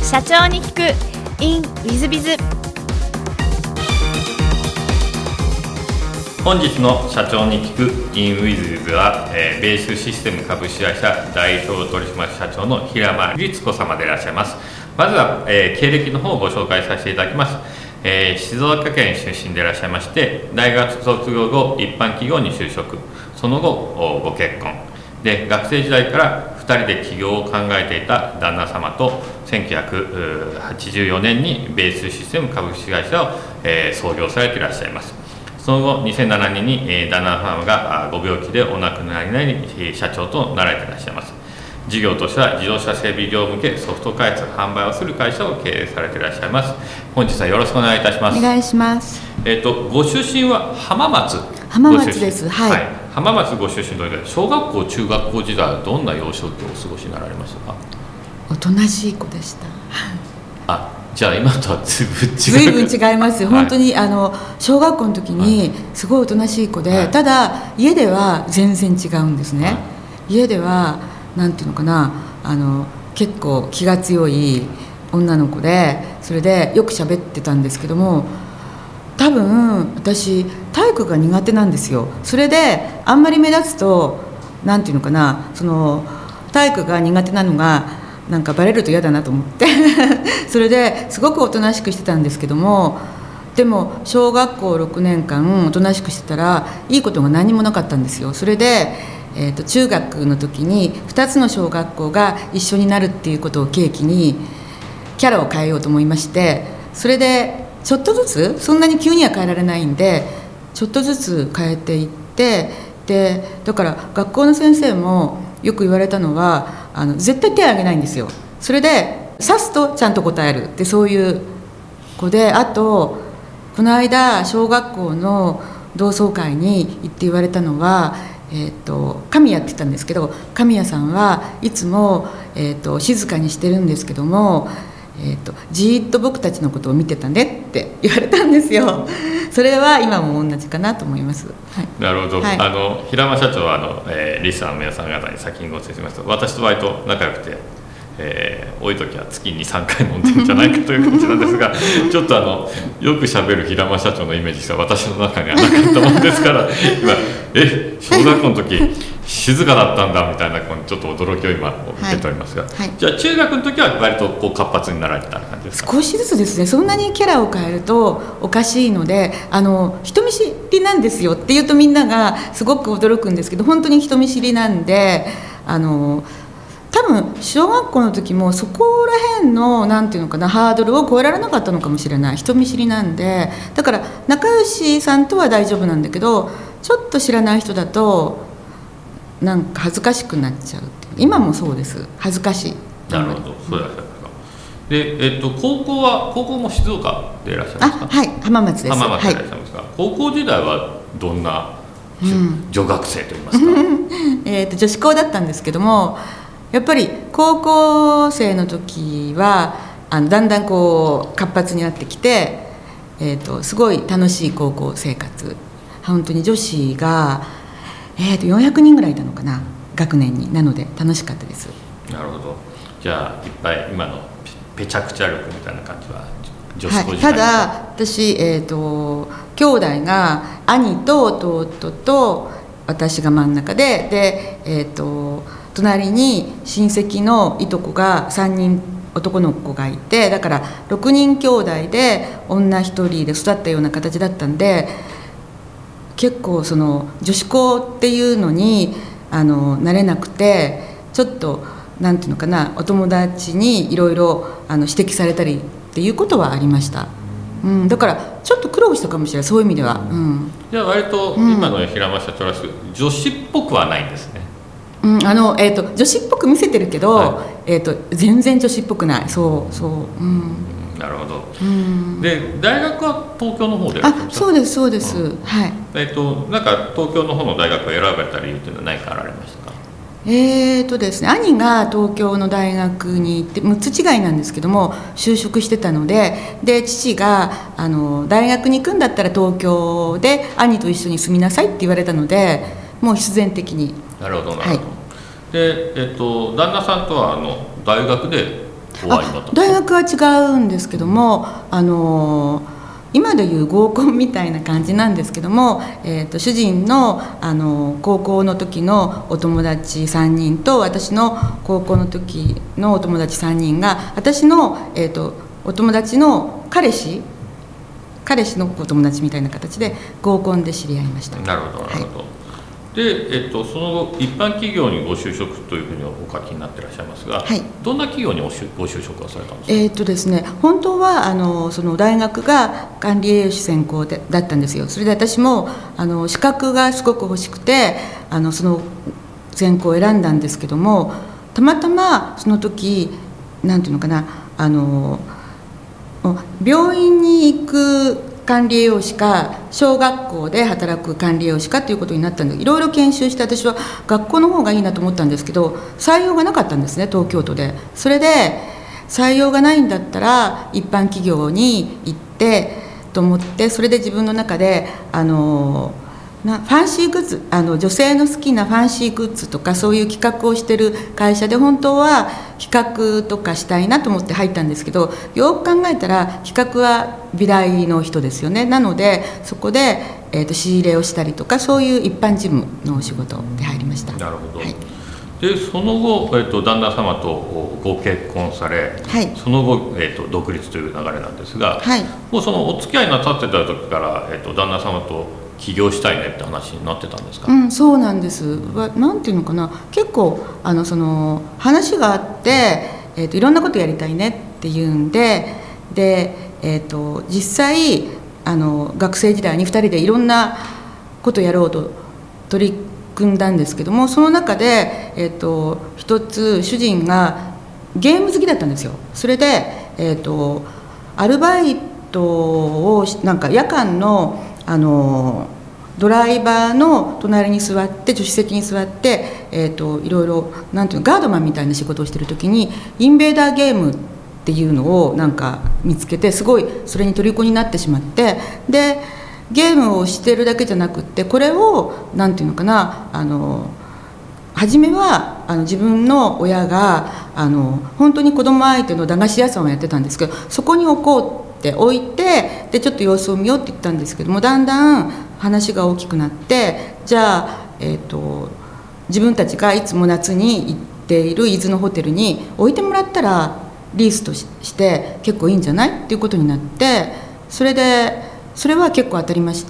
社長に聞く in ウィズビズ。 本日の社長に聞く in ウィズビズは、ベースシステム株式会社代表取締役社長の平間律子様でいらっしゃいます。まずは、経歴の方をご紹介させていただきます。静岡県出身でいらっしゃいまして、大学卒業後一般企業に就職、その後ご結婚で、学生時代から2人で起業を考えていた旦那様と1984年にベースシステム株式会社を、創業されていらっしゃいます。その後2007年に、旦那様がご病気でお亡くなりになり、社長となられていらっしゃいます。事業としては自動車整備業向けソフト開発販売をする会社を経営されていらっしゃいます。本日はよろしくお願いいたします。 お願いします。 ご出身は浜松です。はい、 浜松ご出身ということで、小学校中学校時代はどんな幼少期をお過ごしになられましたか？ おとなしい子でした。 じゃあ今とは随分違います。本当に小学校の時にすごいおとなしい子で、ただ家では全然違うんですね。家ではなんていうのかな、結構気が強い女の子で、それでよく喋ってたんですけども、多分私体育が苦手なんですよ。それであんまり目立つとなんていうのかな、その体育が苦手なのがなんかバレると嫌だなと思ってそれですごくおとなしくしてたんですけども、でも小学校6年間おとなしくしてたらいいことが何もなかったんですよ。それで中学の時に2つの小学校が一緒になるっていうことを契機にキャラを変えようと思いまして、それでちょっとずつ、そんなに急には変えられないんでちょっとずつ変えていって、でだから学校の先生もよく言われたのは絶対手を挙げないんですよ。それで指すとちゃんと答えるって、そういう子で、あとこの間小学校の同窓会に行って言われたのは、神谷って言ったんですけど、神谷さんはいつも、静かにしてるんですけども、じーっと僕たちのことを見てたねって言われたんですよ。それは今も同じかなと思います。はい、 なるほど。はい、平間社長はリスナーの皆さん方に先にご説明しますと、私と割と仲良くて、多い時は月に3回飲んでるんじゃないかという感じなんですがちょっとよくしゃべる平間社長のイメージが私の中にはなかったもんですから今小学校の時静かだったんだみたいなちょっと驚きを今受けておりますが、じゃあ中学の時は割と活発になられた感じですか？ 少しずつですね。そんなにキャラを変えるとおかしいので、人見知りなんですよって言うとみんながすごく驚くんですけど、本当に人見知りなんで、多分小学校の時もそこら辺のなんていうのかな、ハードルを越えられなかったのかもしれない。人見知りなんで、だから仲良しさんとは大丈夫なんだけど、ちょっと知らない人だとなんか恥ずかしくなっちゃうっていう。今もそうです。恥ずかしい。 なるほど、そうですか。で、高校も静岡でいらっしゃいますか？ はい、浜松です。 浜松でいらっしゃいますか？高校時代はどんな女学生といいますか女子校だったんですけども、やっぱり高校生の時はだんだん活発になってきて、すごい楽しい高校生活。本当に女子が、400人ぐらいいたのかな、学年に。なので楽しかったです。 なるほど。じゃあいっぱい今のぺちゃくちゃ力みたいな感じは女子校時代、 ただ私、兄弟が兄と弟と私が真ん中で、隣に親戚のいとこが3人男の子がいて、だから6人兄弟で女1人で育ったような形だったんで、結構その女子校っていうのに慣れなくて、ちょっとなんていうのかな、お友達にいろいろ指摘されたりっていうことはありました。だからちょっと苦労したかもしれない、そういう意味では。 じゃあ割と今の平間社長らしく女子っぽくはないんですね。 女子っぽく見せてるけど、全然女子っぽくない。 なるほど。で大学は東京の方で。 そうですそうです。はい。 なんか東京の方の大学を選ばれた理由っていうのは何かあられましたか？ ですね、兄が東京の大学に行って6つ違いなんですけども就職してたので、父が大学に行くんだったら東京で兄と一緒に住みなさいって言われたので、もう必然的に。 なるほどなるほど。で、旦那さんとは大学でお会いになったんですか？ 大学は違うんですけども、今でいう合コンみたいな感じなんですけども、主人の、高校の時のお友達3人と私の高校の時のお友達3人が私の、お友達の彼氏のお友達みたいな形で合コンで知り合いました。 なるほどなるほど、はい。で、その後一般企業にご就職というふうにお書きになっていらっしゃいますが、はい、どんな企業にご就職をされたんですか？ ですね、本当はその大学が管理栄養士専攻だったんですよ。それで私も資格がすごく欲しくてその専攻を選んだんですけども、たまたまその時なんていうのかな、病院に行く管理栄養士か小学校で働く管理栄養士かということになったんで、いろいろ研修して私は学校の方がいいなと思ったんですけど、採用がなかったんですね、東京都で。それで採用がないんだったら一般企業に行ってと思って、それで自分の中でファンシーグッズ、女性の好きなファンシーグッズとかそういう企画をしてる会社で本当は企画とかしたいなと思って入ったんですけど、よく考えたら企画は美大の人ですよね。なのでそこで、仕入れをしたりとかそういう一般事務のお仕事で入りました。 なるほど、 はい。 でその後、旦那様とご結婚され、はい、その後、独立という流れなんですが、はい、もうそのお付き合いになさってた時から、旦那様と起業したいねって話になってたんですか？ そうなんです。なんていうのかな、結構その話があって、いろんなことやりたいねっていうんで、実際学生時代に2人でいろんなことやろうと取り組んだんですけども、その中で、一つ主人がゲーム好きだったんですよ。それで、アルバイトをなんか夜間のドライバーの隣に座って助手席に座って、いろいろなんていうのガードマンみたいな仕事をしてる時にインベーダーゲームっていうのをなんか見つけて、すごいそれに虜になってしまって、でゲームをしてるだけじゃなくって、これをなんていうのかな、初めは自分の親が本当に子供相手の駄菓子屋さんをやってたんですけど、そこに置こうって置いて、でちょっと様子を見ようって言ったんですけども、だんだん話が大きくなって、じゃあ、自分たちがいつも夏に行っている伊豆のホテルに置いてもらったらリースとして結構いいんじゃないっていうことになって、それは結構当たりまして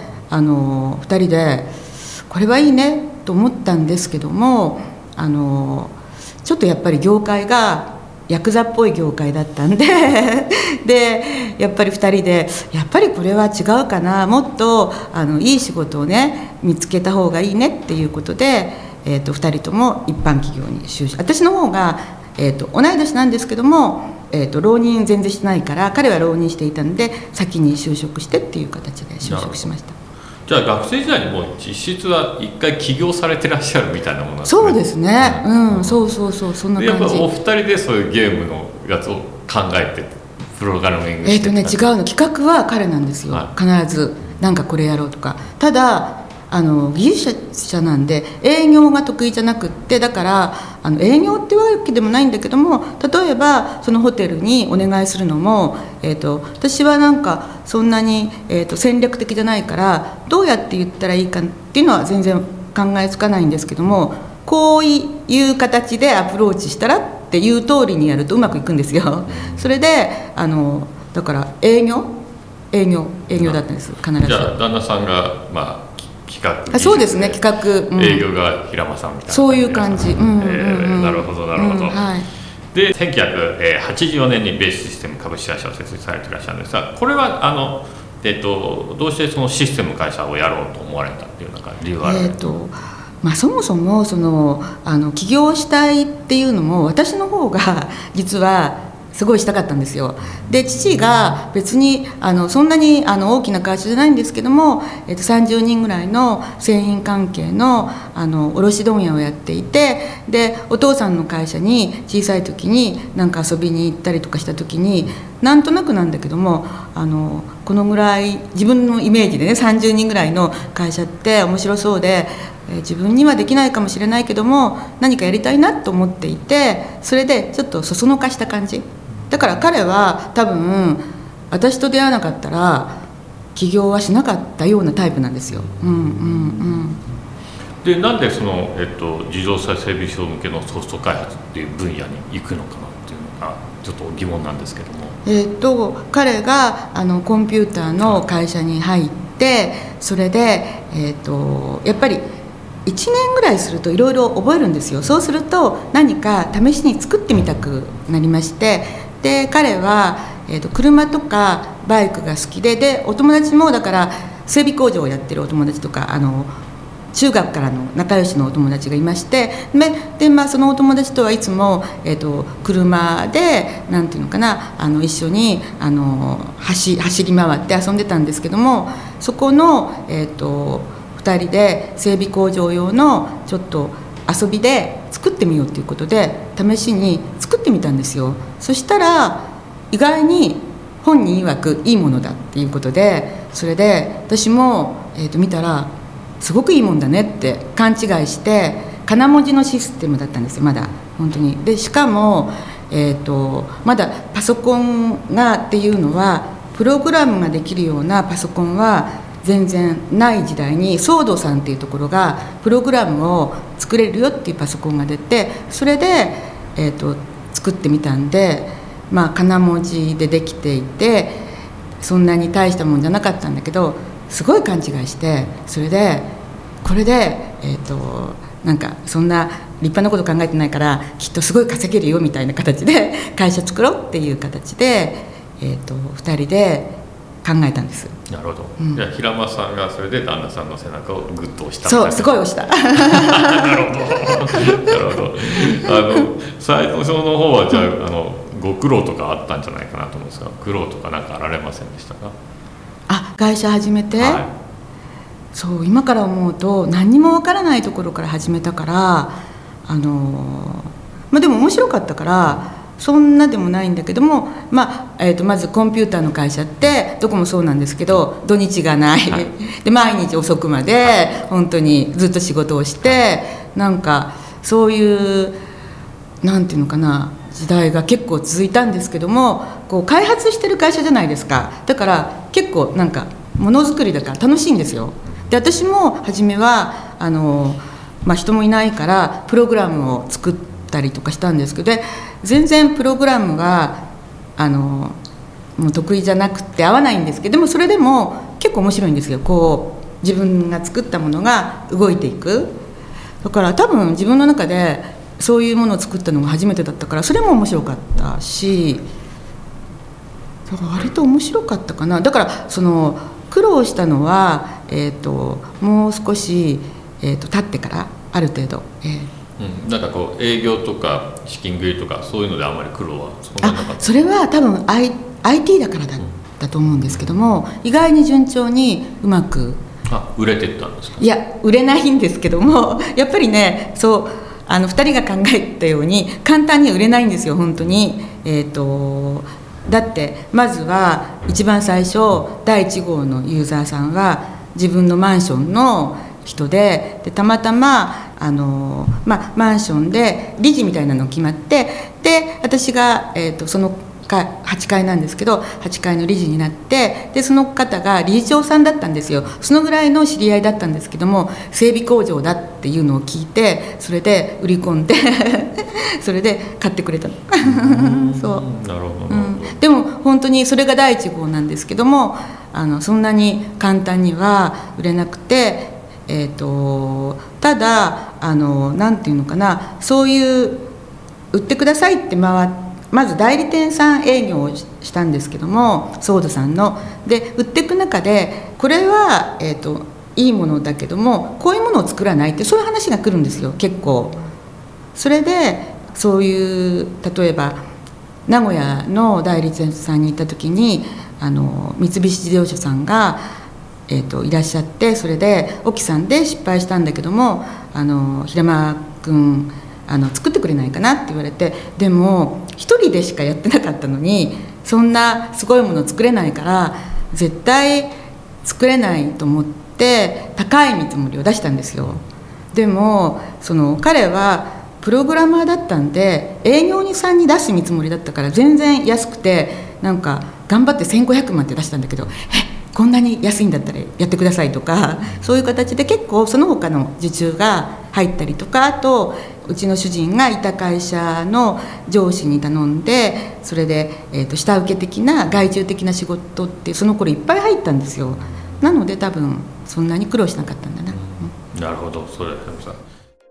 、2人でこれはいいねと思ったんですけども、ちょっとやっぱり業界がヤクザっぽい業界だったんででやっぱり2人でやっぱりこれは違うかな、もっといい仕事をね見つけた方がいいねっていうことで、2人とも一般企業に就職。私の方が、同い年なんですけども、浪人全然してないから、彼は浪人していたので先に就職してっていう形で就職しました。 じゃあ学生時代にもう実質は一回起業されてらっしゃるみたいなものなんですね。 そうですね、そうそんな感じ。 やっぱお二人でそういうゲームのやつを考えてプログラミングして違うの、企画は彼なんですよ、はい、必ずなんかこれやろうとか。ただ技術者なんで営業が得意じゃなくって、だから営業ってわけでもないんだけども、例えばそのホテルにお願いするのも、私はなんかそんなに、戦略的じゃないから、どうやって言ったらいいかっていうのは全然考えつかないんですけども、こういう形でアプローチしたらっていう通りにやるとうまくいくんですよ。それでだから営業だったんです、必ず。 じゃあ旦那さんが企画、 そうですね、企画、 営業が平間さんみたいな、 そういう感じ。 なるほどなるほど、はい。で1984年にベースシステム株式会社を設立されていらっしゃるんですが、これはどうしてそのシステム会社をやろうと思われたっていう理由があるんですか？ そもそも起業したいっていうのも私の方が実はすごいしたかったんですよ。で父が別にそんなに大きな会社じゃないんですけども、30人ぐらいの製品関係の卸問屋をやっていて、でお父さんの会社に小さい時になんか遊びに行ったりとかした時に、なんとなくなんだけどもこのぐらい自分のイメージでね、30人ぐらいの会社って面白そうで自分にはできないかもしれないけども何かやりたいなと思っていて、それでちょっとそそのかした感じだから、彼は多分私と出会わなかったら起業はしなかったようなタイプなんですよ。 でなんでその、自動車整備士向けのソフト開発っていう分野に行くのかなっていうのがちょっと疑問なんですけども。 彼がコンピューターの会社に入って、それで、やっぱり1年ぐらいするといろいろ覚えるんですよ。そうすると何か試しに作ってみたくなりまして、で彼は、車とかバイクが好きで、お友達もだから整備工場をやってるお友達とか中学からの仲良しのお友達がいまして、で、そのお友達とはいつも、車でなんていうのかな一緒に走り回って遊んでたんですけども、そこの、2人で整備工場用のちょっと遊びで作ってみようということで試しに作ってみたんですよ。そしたら意外に本人曰くいいものだっていうことで、それで私も、見たらすごくいいもんだねって勘違いして、金文字のシステムだったんですよ、まだ本当に。でしかも、まだパソコンがっていうのはプログラムができるようなパソコンは全然ない時代に、ソードさんっていうところがプログラムを作れるよっていうパソコンが出て、それで、作ってみたんで、金文字でできていてそんなに大したもんじゃなかったんだけど、すごい勘違いして、それでこれで、なんかそんな立派なこと考えてないからきっとすごい稼げるよみたいな形で会社作ろうっていう形で、2人で考えたんです。 なるほど、じゃあ平間さんがそれで旦那さんの背中をグッと押した。 そう、すごい押したなるほどなるほど。最初の方はじゃあ、ご苦労とかあったんじゃないかなと思うんですが、苦労とかなんかあられませんでしたか？ 会社始めて、 はい、 そう今から思うと何にもわからないところから始めたから、でも面白かったからそんなでもないんだけども、まずコンピューターの会社ってどこもそうなんですけど土日がない、はい、で毎日遅くまで本当にずっと仕事をして、なんかそういうなんていうのかな時代が結構続いたんですけども、こう開発してる会社じゃないですか。だから結構なんかものづくりだから楽しいんですよ。で私も初めは人もいないからプログラムを作ったりとかしたんですけど、全然プログラムがもう得意じゃなくて合わないんですけど、でもそれでも結構面白いんですよ。こう自分が作ったものが動いていく。だから多分自分の中でそういうものを作ったのが初めてだったから、それも面白かったし、だから割と面白かったかな。だからその苦労したのは、もう少し、経ってからある程度、 なんかこう営業とか資金繰りとかそういうのであんまり苦労はそんなになかった。 それは多分、IT だからだったと思うんですけども、意外に順調にうまく売れてったんですか？ いや売れないんですけども、やっぱりね、そう2人が考えたように簡単には売れないんですよ本当に。だってまずは一番最初第1号のユーザーさんは自分のマンションの人で、たまたまマンションで理事みたいなの決まって、で私が、その8階なんですけど8階の理事になって、でその方が理事長さんだったんですよ。そのぐらいの知り合いだったんですけども、整備工場だっていうのを聞いて、それで売り込んでそれで買ってくれたのそうなるほど、 でも本当にそれが第1号なんですけども、そんなに簡単には売れなくて、ただなんていうのかな、そういう売ってくださいってまず代理店さん営業をしたんですけども、ソードさんので売っていく中で、これは、いいものだけどもこういうものを作らないって、そういう話が来るんですよ結構。それでそういう例えば名古屋の代理店さんに行った時に三菱自動車さんが、いらっしゃって、それで沖さんで失敗したんだけども平間君作ってくれないかなって言われて、でも一人でしかやってなかったのに、そんなすごいもの作れないから絶対作れないと思って高い見積もりを出したんですよ。 でも彼はプログラマーだったんで営業さんに出す見積もりだったから全然安くて、なんか頑張って1500万って出したんだけど、こんなに安いんだったらやってくださいとか、そういう形で結構その他の受注が入ったりとか、あとうちの主人がいた会社の上司に頼んで、それで、下請け的な外注的な仕事ってその頃いっぱい入ったんですよ。なので多分そんなに苦労しなかったんだな。 なるほど、それはさん。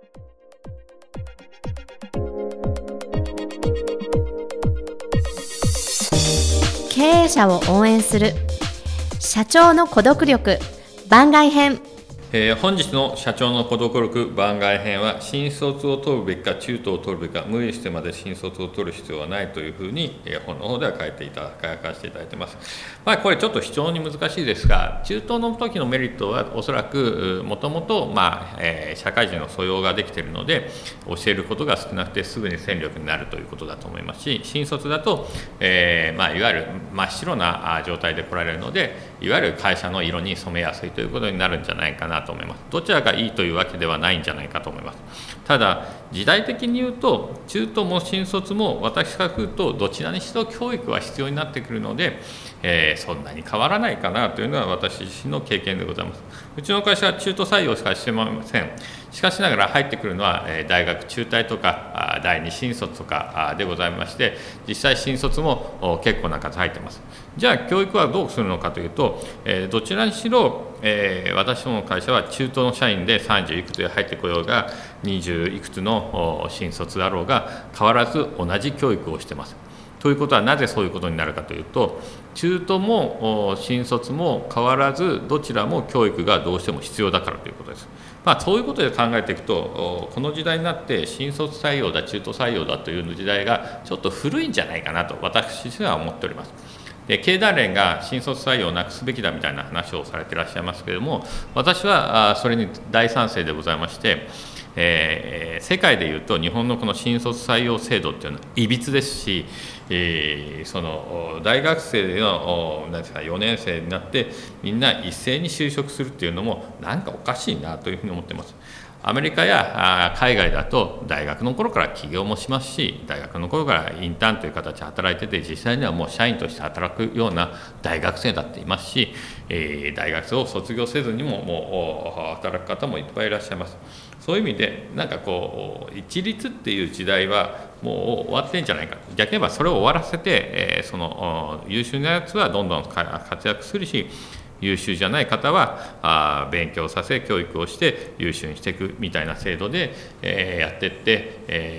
経営者を応援する社長の孤独力番外編。 本日の社長の孤独力番外編は、新卒を取るべきか中途を取るべきか、無理してまで新卒を取る必要はないというふうに本の方では書かせていただいています。これちょっと非常に難しいですが、中東の時のメリットはおそらくもともと社会人の素養ができているので、教えることが少なくてすぐに戦力になるということだと思いますし、新卒だと、いわゆる真っ白な状態で来られるので、いわゆる会社の色に染めやすいということになるんじゃないかなと思います。どちらがいいというわけではないんじゃないかと思います。ただ時代的に言うと、中途も新卒も私から言うとどちらにしろ教育は必要になってくるので、そんなに変わらないかなというのは私自身の経験でございます。うちの会社は中途採用しかしてません。しかしながら入ってくるのは大学中退とか第二新卒とかでございまして、実際新卒も結構な数入っています。じゃあ教育はどうするのかというと、どちらにしろ私どもの会社は中途の社員で30いくつで入ってこようが20いくつの新卒だろうが変わらず同じ教育をしています。ということはなぜそういうことになるかというと、中途も新卒も変わらずどちらも教育がどうしても必要だからということです。そういうことで考えていくと、この時代になって新卒採用だ中途採用だという時代がちょっと古いんじゃないかなと私自身は思っております。で、経団連が新卒採用をなくすべきだみたいな話をされていらっしゃいますけれども、私はそれに大賛成でございまして、世界でいうと日本のこの新卒採用制度っていうのはいびつですし、その大学生の4年生になってみんな一斉に就職するっていうのもなんかおかしいなというふうに思っています。アメリカや海外だと大学の頃から起業もしますし、大学の頃からインターンという形で働いてて、実際にはもう社員として働くような大学生だっていますし、大学生を卒業せずにもう働く方もいっぱいいらっしゃいます。そういう意味で一律っていう時代はもう終わってんじゃないか。逆に言えばそれを終わらせて、その優秀なやつはどんどん活躍するし、優秀じゃない方は勉強させ教育をして優秀にしていくみたいな制度でやっていって、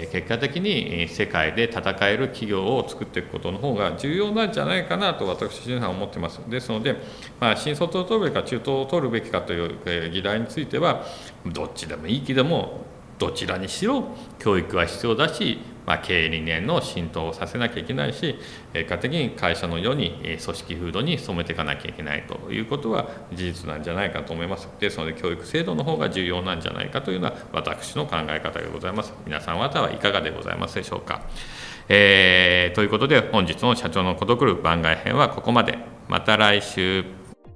結果的に世界で戦える企業を作っていくことの方が重要なんじゃないかなと私自身は思っています。ですので、新卒を取るべきか中途を取るべきかという議題については、どっちでもいいけどもどちらにしろ教育は必要だし、経営理念の浸透をさせなきゃいけないし、結果的に会社の世に組織風土に染めていかなきゃいけないということは事実なんじゃないかと思います。ですので教育制度の方が重要なんじゃないかというのは私の考え方でございます。皆さん方はいかがでございますでしょうか。ということで本日の社長の孤独力番外編はここまで。また来週。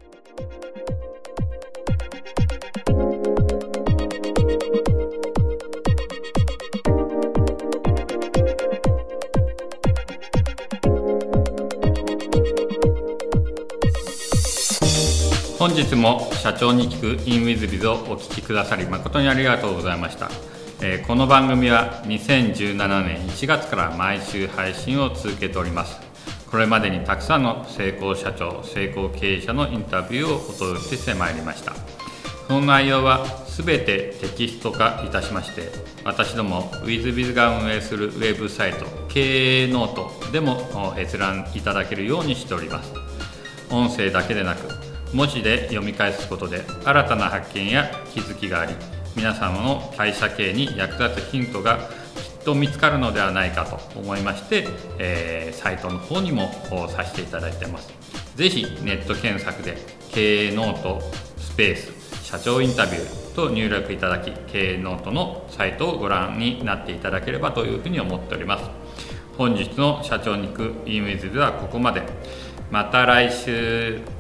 本日も社長に聞く InWithBiz をお聞きくださり誠にありがとうございました。この番組は2017年1月から毎週配信を続けております。これまでにたくさんの成功社長、成功経営者のインタビューをお届けしてまいりました。その内容はすべてテキスト化いたしまして、私ども WithBiz が運営するウェブサイト経営ノートでも閲覧いただけるようにしております。音声だけでなく文字で読み返すことで新たな発見や気づきがあり、皆様の会社経営に役立つヒントがきっと見つかるのではないかと思いまして、サイトの方にもさせていただいています。ぜひネット検索で経営ノートスペース社長インタビューと入力いただき、経営ノートのサイトをご覧になっていただければというふうに思っております。本日の社長に行く InWithBiz はここまで。また来週。